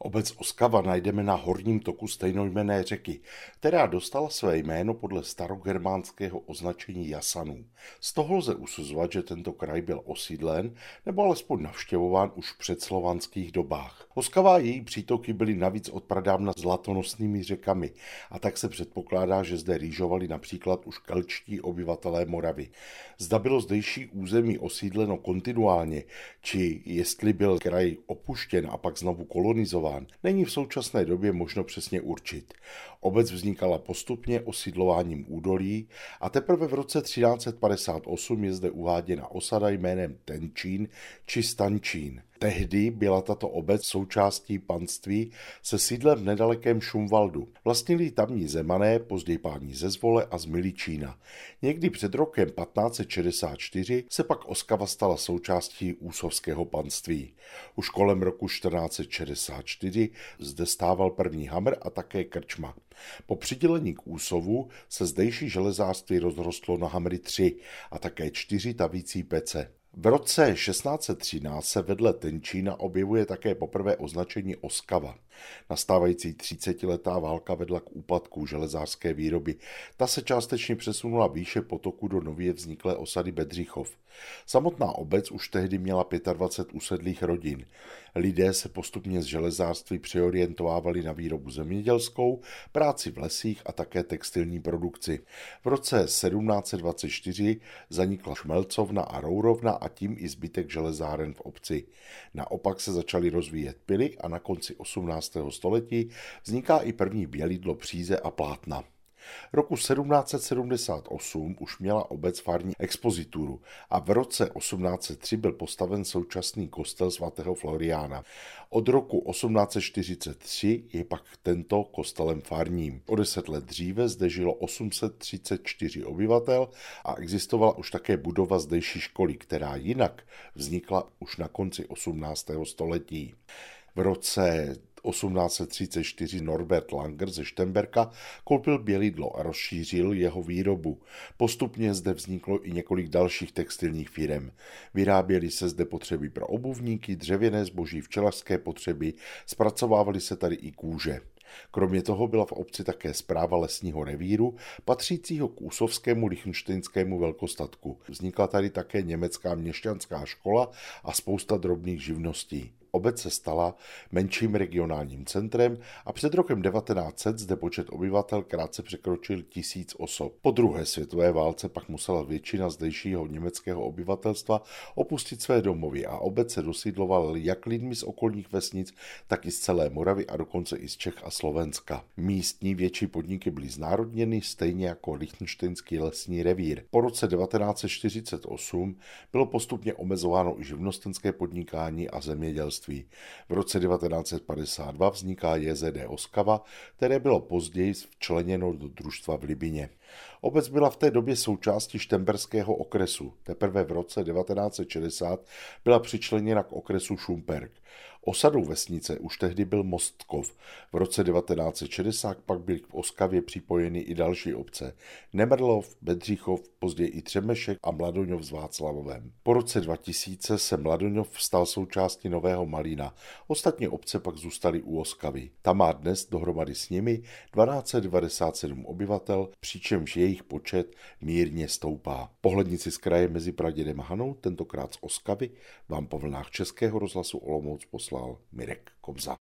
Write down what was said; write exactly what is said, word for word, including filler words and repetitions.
Obec Oskava najdeme na horním toku stejnojmenné řeky, která dostala své jméno podle starogermánského označení Jasanů. Z toho lze usuzovat, že tento kraj byl osídlen nebo alespoň navštěvován už v předslovanských dobách. Oskava a její přítoky byly navíc od pradávna zlatonosnými řekami a tak se předpokládá, že zde rýžovali například už keltští obyvatelé Moravy. Zda bylo zdejší území osídleno kontinuálně, či jestli byl kraj opuštěn a pak znovu kolonizován, není v současné době možno přesně určit. Obec vznikala postupně osídlováním údolí a teprve v roce třináct set padesát osm je zde uváděna osada jménem Tenčín či Stančín. Tehdy byla tato obec součástí panství se sídlem v nedalekém Šumvaldu. Vlastnili tamní Zemané, později páni ze Zvole a z Miličína. Někdy před rokem patnáct set šedesát čtyři se pak Oskava stala součástí úsovského panství. Už kolem roku čtrnáct set šedesát čtyři zde stával první hamr a také krčma. Po přidělení k Úsovu se zdejší železářství rozrostlo na hamry tři a také čtyři tavící pece. V roce šestnáct set třináct se vedle Tenčína objevuje také poprvé označení Oskava. Nastávající třicetiletá válka vedla k úpadku železářské výroby. Ta se částečně přesunula výše potoku do nově vzniklé osady Bedřichov. Samotná obec už tehdy měla dvacet pět usedlých rodin. Lidé se postupně z železářství přeorientovávali na výrobu zemědělskou, práci v lesích a také textilní produkci. V roce sedmnáct set dvacet čtyři zanikla šmelcovna a rourovna a tím i zbytek železáren v obci. Naopak se začaly rozvíjet pily a na konci osmnáctého století vzniká i první bělidlo, příze a plátna. Roku sedmnáct set sedmdesát osm už měla obec farní expozituru a v roce osmnáct set tři byl postaven současný kostel svatého Floriána. Od roku osmnáct set čtyřicet tři je pak tento kostelem farním. O deset let dříve zde žilo osm set třicet čtyři obyvatel a existovala už také budova zdejší školy, která jinak vznikla už na konci osmnáctého století. V roce osmnáct set třicet čtyři Norbert Langer ze Štemberka koupil bělidlo a rozšířil jeho výrobu. Postupně zde vzniklo i několik dalších textilních firem. Vyráběly se zde potřeby pro obuvníky, dřevěné zboží, včelařské potřeby, zpracovávaly se tady i kůže. Kromě toho byla v obci také správa lesního revíru, patřícího k úsovskému lichtenštejnskému velkostatku. Vznikla tady také německá měšťanská škola a spousta drobných živností. Obec se stala menším regionálním centrem a před rokem devatenáct set zde počet obyvatel krátce překročil tisíc osob. Po druhé světové válce pak musela většina zdejšího německého obyvatelstva opustit své domovy a obec se dosídlovala jak lidmi z okolních vesnic, tak i z celé Moravy a dokonce i z Čech a Slovenska. Místní větší podniky byly znárodněny, stejně jako lichtenštejnský lesní revír. Po roce devatenáct set čtyřicet osm bylo postupně omezováno i živnostenské podnikání a zemědělství. V roce devatenáct set padesát dva vzniká J Z D Oskava, které bylo později včleněno do družstva v Libině. Obec byla v té době součástí štemberského okresu. Teprve v roce devatenáct set šedesát byla přičleněna k okresu Šumperk. Osadou vesnice už tehdy byl Mostkov. V roce devatenáct set šedesát pak byly k Oskavě připojeny i další obce. Nemrlov, Bedřichov, později i Třemešek a Mladoňov s Václavovem. Po roce dva tisíce se Mladoňov stal součástí Nového Malína. Ostatní obce pak zůstaly u Oskavy. Ta má dnes dohromady s nimi tisíc dvě stě devadesát sedm obyvatel, přičemž jejich počet mírně stoupá. Pohlednici z kraje mezi Pradědem a Hanou, tentokrát z Oskavy, vám po vlnách Českého rozhlasu Olomouc poslal Mirek Kobza.